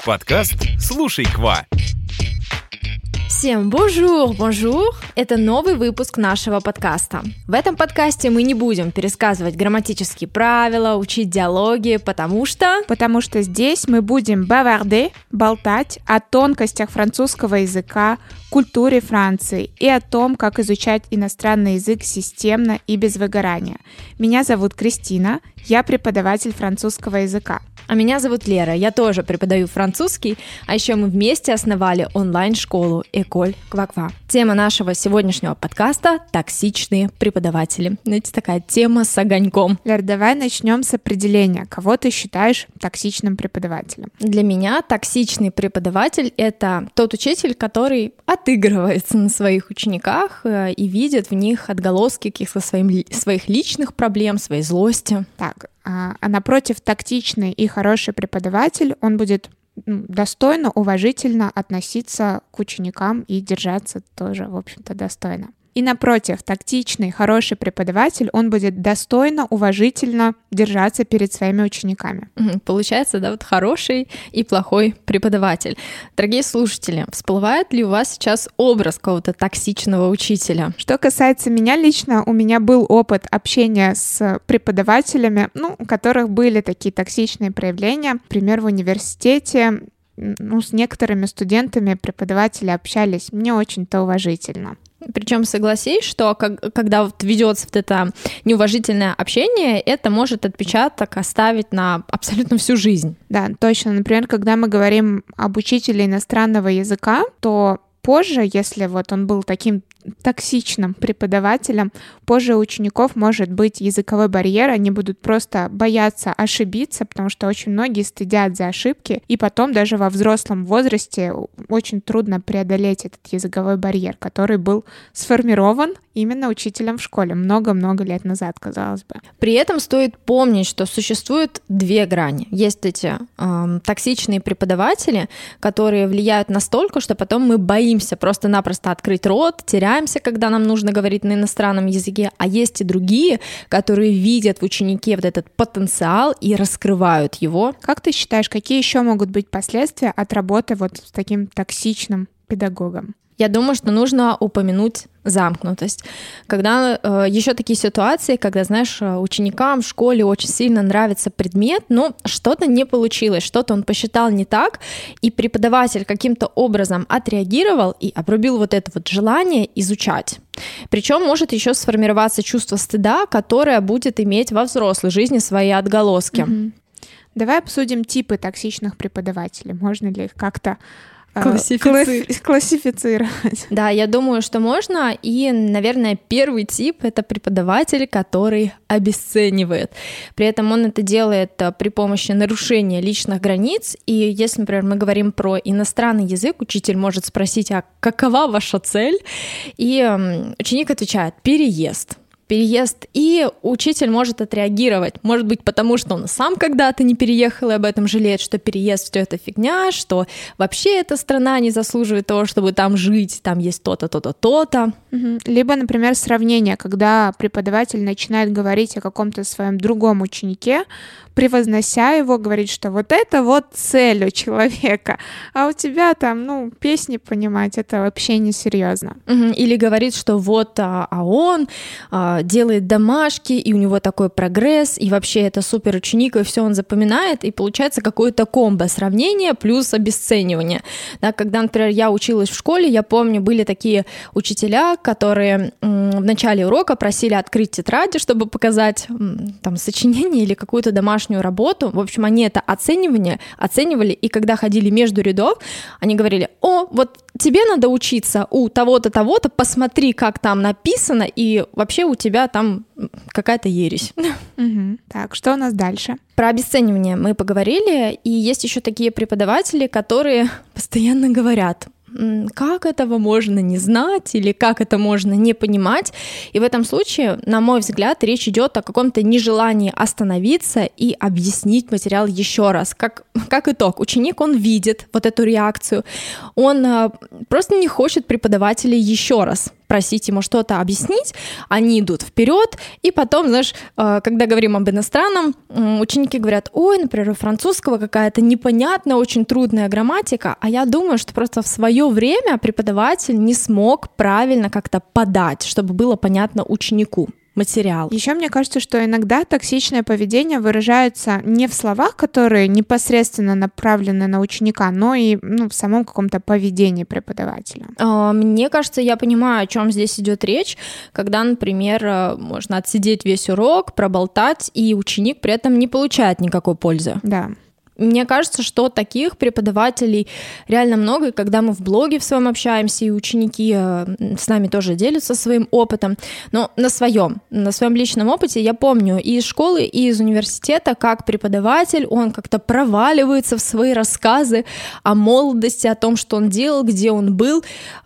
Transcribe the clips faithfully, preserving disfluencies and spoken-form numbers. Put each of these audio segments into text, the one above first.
Подкаст «Слушай, Ква». Всем бонжур, бонжур! Это новый выпуск нашего подкаста. В этом подкасте мы не будем пересказывать грамматические правила, учить диалоги, потому что... Потому что здесь мы будем баварде, болтать о тонкостях французского языка, культуре Франции и о том, как изучать иностранный язык системно и без выгорания. Меня зовут Кристина, я преподаватель французского языка. А меня зовут Лера, я тоже преподаю французский, а еще мы вместе основали онлайн-школу École Ква-Ква. Тема нашего сегодняшнего подкаста – токсичные преподаватели. Знаете, такая тема с огоньком. Лер, давай начнем с определения. Кого ты считаешь токсичным преподавателем? Для меня токсичный преподаватель – это тот учитель, который отыгрывается на своих учениках и видит в них отголоски каких-то своих личных проблем, своей злости. Так, а напротив, тактичный и хороший преподаватель, он будет достойно, уважительно относиться к ученикам и держаться тоже, в общем-то, достойно. И напротив, тактичный, хороший преподаватель, он будет достойно, уважительно держаться перед своими учениками. Получается, да, вот хороший и плохой преподаватель. Дорогие слушатели, всплывает ли у вас сейчас образ какого-то токсичного учителя? Что касается меня лично, у меня был опыт общения с преподавателями, ну, у которых были такие токсичные проявления. Например, в университете ну, с некоторыми студентами преподаватели общались не очень-то уважительно. Причем согласись, что как, когда вот ведется вот это неуважительное общение, это может отпечаток оставить на абсолютно всю жизнь. Да, точно. Например, когда мы говорим об учителе иностранного языка, то позже, если вот он был таким токсичным преподавателем, позже у учеников может быть языковой барьер, они будут просто бояться ошибиться, потому что очень многие стыдят за ошибки, и потом даже во взрослом возрасте очень трудно преодолеть этот языковой барьер, который был сформирован именно учителем в школе много-много лет назад, казалось бы. При этом стоит помнить, что существует две грани. Есть эти э, токсичные преподаватели, которые влияют настолько, что потом мы боимся просто-напросто открыть рот, теряем когда нам нужно говорить на иностранном языке, а есть и другие, которые видят в ученике вот этот потенциал и раскрывают его. Как ты считаешь, какие еще могут быть последствия от работы вот с таким токсичным педагогом? Я думаю, что нужно упомянуть замкнутость. Когда э, еще такие ситуации, когда, знаешь, ученикам в школе очень сильно нравится предмет, но что-то не получилось, что-то он посчитал не так, и преподаватель каким-то образом отреагировал и обрубил вот это вот желание изучать. Причем может еще сформироваться чувство стыда, которое будет иметь во взрослой жизни свои отголоски. Mm-hmm. Давай обсудим типы токсичных преподавателей. Можно ли их как-то Классифици... классифицировать. Да, я думаю, что можно. И, наверное, первый тип — это преподаватель, который обесценивает. При этом он это делает при помощи нарушения личных границ. И если, например, мы говорим про иностранный язык, учитель может спросить, а какова ваша цель? И ученик отвечает: переезд. Переезд, и учитель может отреагировать. Может быть, потому что он сам когда-то не переехал и об этом жалеет, что переезд — все это фигня, что вообще эта страна не заслуживает того, чтобы там жить, там есть то-то, то-то, то-то. Либо, например, сравнение, когда преподаватель начинает говорить о каком-то своем другом ученике, превознося его, говорит, что вот это вот цель у человека, а у тебя там, ну, песни понимать, это вообще несерьезно. Или говорит, что вот, а, а он а, делает домашки, и у него такой прогресс, и вообще это супер ученик, и все он запоминает, и получается какое-то комбо сравнение плюс обесценивание. Да, когда, например, я училась в школе, я помню, были такие учителя, которые м, в начале урока просили открыть тетради, чтобы показать м, там сочинение или какую-то домашнюю работу. В общем, они это оценивали, оценивали, и когда ходили между рядов, они говорили: о, вот тебе надо учиться у того-то, того-то, посмотри, как там написано, и вообще у тебя там какая-то ересь. Угу. Так, что у нас дальше? Про обесценивание мы поговорили, и есть еще такие преподаватели, которые постоянно говорят: как этого можно не знать или как это можно не понимать. И в этом случае, на мой взгляд, речь идет о каком-то нежелании остановиться и объяснить материал еще раз. Как, как итог, ученик, он видит вот эту реакцию, он просто не хочет преподавателя еще раз просить ему что-то объяснить, они идут вперед, и потом, знаешь, когда говорим об иностранном, ученики говорят: ой, например, у французского какая-то непонятная, очень трудная грамматика, а я думаю, что просто в свое время преподаватель не смог правильно как-то подать, чтобы было понятно ученику материал. Еще мне кажется, что иногда токсичное поведение выражается не в словах, которые непосредственно направлены на ученика, но и ну, в самом каком-то поведении преподавателя. Мне кажется, я понимаю, о чем здесь идет речь, когда, например, можно отсидеть весь урок, проболтать, и ученик при этом не получает никакой пользы. Да. Мне кажется, что таких преподавателей реально много, и когда мы в блоге в своем общаемся, и ученики с нами тоже делятся своим опытом, но на своем, на своем личном опыте я помню и из школы, и из университета, как преподаватель, он как-то проваливается в свои рассказы о молодости, о том, что он делал, где он был,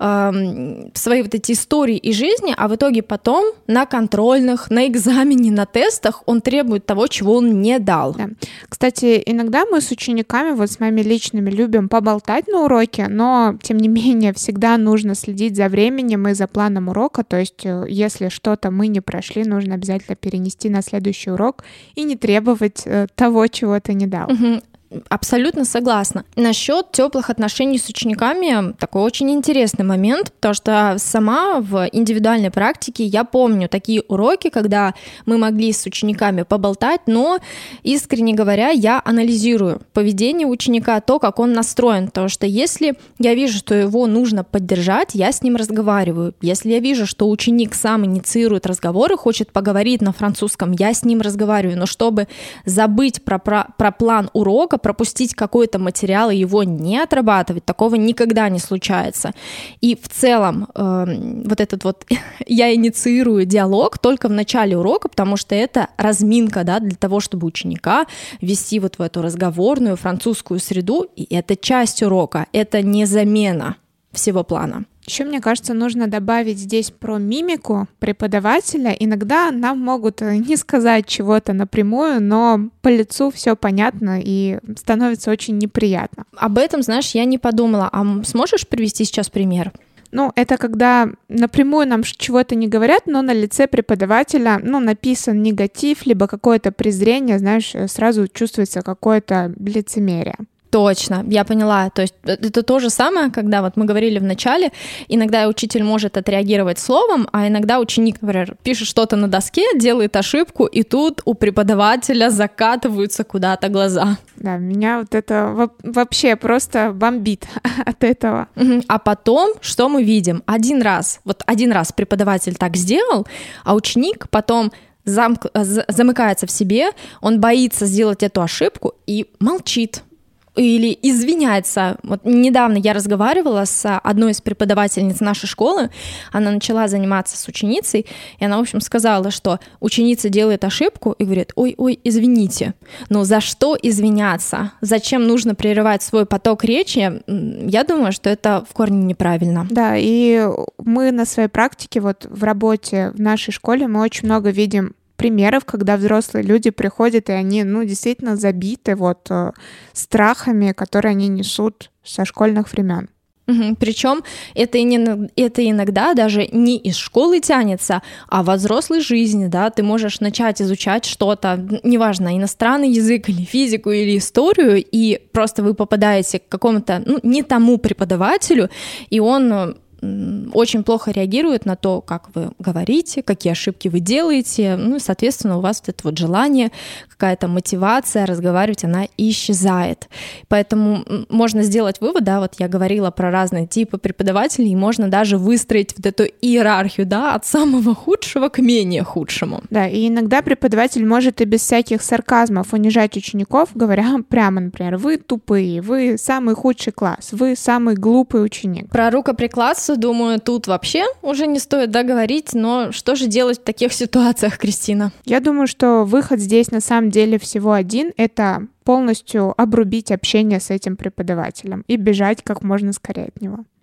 в свои вот эти истории и жизни, а в итоге потом на контрольных, на экзамене, на тестах он требует того, чего он не дал. Да. Кстати, иногда мы с учениками, вот с моими личными, любим поболтать на уроке, но, тем не менее, всегда нужно следить за временем и за планом урока, то есть если что-то мы не прошли, нужно обязательно перенести на следующий урок и не требовать того, чего ты не дал. Угу. Абсолютно согласна. Насчет теплых отношений с учениками такой очень интересный момент, потому что сама в индивидуальной практике я помню такие уроки, когда мы могли с учениками поболтать, но, искренне говоря, я анализирую поведение ученика, то, как он настроен, потому что если я вижу, что его нужно поддержать, я с ним разговариваю. Если я вижу, что ученик сам инициирует разговоры, хочет поговорить на французском, я с ним разговариваю, но чтобы забыть про, про, про план урока, пропустить какой-то материал и его не отрабатывать, такого никогда не случается. И в целом э, вот этот вот я инициирую диалог только в начале урока, потому что это разминка, да, для того, чтобы ученика ввести вот в эту разговорную французскую среду, и это часть урока, это не замена всего плана. Еще, мне кажется, нужно добавить здесь про мимику преподавателя. Иногда нам могут не сказать чего-то напрямую, но по лицу все понятно и становится очень неприятно. Об этом, знаешь, я не подумала. А сможешь привести сейчас пример? Ну, это когда напрямую нам чего-то не говорят, но на лице преподавателя, ну, написан негатив, либо какое-то презрение, знаешь, сразу чувствуется какое-то лицемерие. Точно, я поняла. То есть это то же самое, когда вот мы говорили в начале, иногда учитель может отреагировать словом, а иногда ученик, например, пишет что-то на доске, делает ошибку, и тут у преподавателя закатываются куда-то глаза. Да, меня вот это вообще просто бомбит от этого. А потом, что мы видим? Один раз, вот один раз преподаватель так сделал, а ученик потом зам... замыкается в себе, он боится сделать эту ошибку и молчит. Или извиняется. Вот недавно я разговаривала с одной из преподавательниц нашей школы, она начала заниматься с ученицей, и она, в общем, сказала, что ученица делает ошибку и говорит: ой-ой, извините. Но за что извиняться? Зачем нужно прерывать свой поток речи? Я думаю, что это в корне неправильно. Да, и мы на своей практике, вот в работе в нашей школе, мы очень много видим примеров, когда взрослые люди приходят, и они, ну, действительно забиты вот э, страхами, которые они несут со школьных времен. Угу. Причем это, и не, это иногда даже не из школы тянется, а во взрослой жизни, да, ты можешь начать изучать что-то, неважно, иностранный язык или физику или историю, и просто вы попадаете к какому-то, ну, не тому преподавателю, и он очень плохо реагирует на то, как вы говорите, какие ошибки вы делаете, ну и, соответственно, у вас вот это вот желание, какая-то мотивация разговаривать, она исчезает. Поэтому можно сделать вывод, да, вот я говорила про разные типы преподавателей, и можно даже выстроить вот эту иерархию, да, от самого худшего к менее худшему. Да, и иногда преподаватель может и без всяких сарказмов унижать учеников, говоря прямо, например: вы тупые, вы самый худший класс, вы самый глупый ученик. Про рукоприкладство, думаю, тут вообще уже не стоит, да, говорить, но что же делать в таких ситуациях, Кристина? Я думаю, что выход здесь на самом деле всего один — это полностью обрубить общение с этим преподавателем и бежать как можно скорее от него.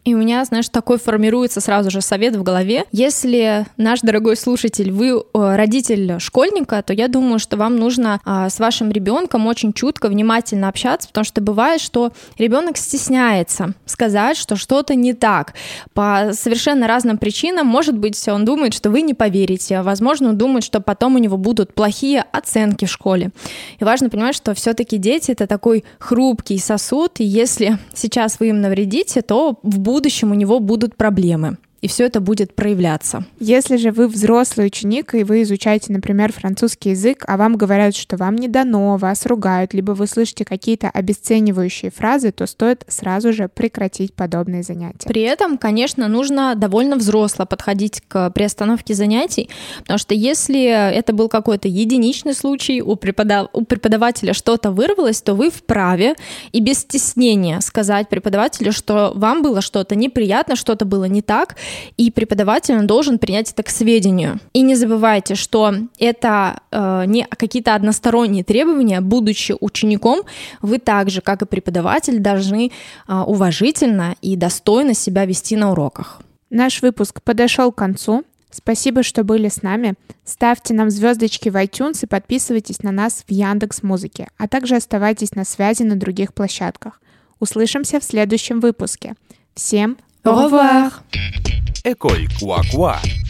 И у меня, знаешь, такой формируется сразу же совет в голове. Если, наш дорогой слушатель, вы родитель школьника, то я думаю, что вам нужно с вашим ребенком очень чутко, внимательно общаться, потому что бывает, что ребенок стесняется сказать, что что-то не так. По совершенно разным причинам, может быть, он думает, что вы не поверите, возможно, он думает, что потом у него будут плохие оценки в школе. И важно понимать, что все-таки дети — это такой хрупкий сосуд, и если сейчас вы им навредите, то в в будущем у него будут проблемы. И все это будет проявляться. Если же вы взрослый ученик, и вы изучаете, например, французский язык, а вам говорят, что вам не дано, вас ругают, либо вы слышите какие-то обесценивающие фразы, то стоит сразу же прекратить подобные занятия. При этом, конечно, нужно довольно взросло подходить к приостановке занятий, потому что если это был какой-то единичный случай, у, преподав... у преподавателя что-то вырвалось, то вы вправе и без стеснения сказать преподавателю, что вам было что-то неприятно, что-то было не так, и преподаватель он должен принять это к сведению. И не забывайте, что это э, не какие-то односторонние требования. Будучи учеником, вы так же, как и преподаватель, должны э, уважительно и достойно себя вести на уроках. Наш выпуск подошел к концу. Спасибо, что были с нами. Ставьте нам звездочки в iTunes и подписывайтесь на нас в Яндекс.Музыке, а также оставайтесь на связи на других площадках. Услышимся в следующем выпуске. Всем au revoir! École Quoi Quoi.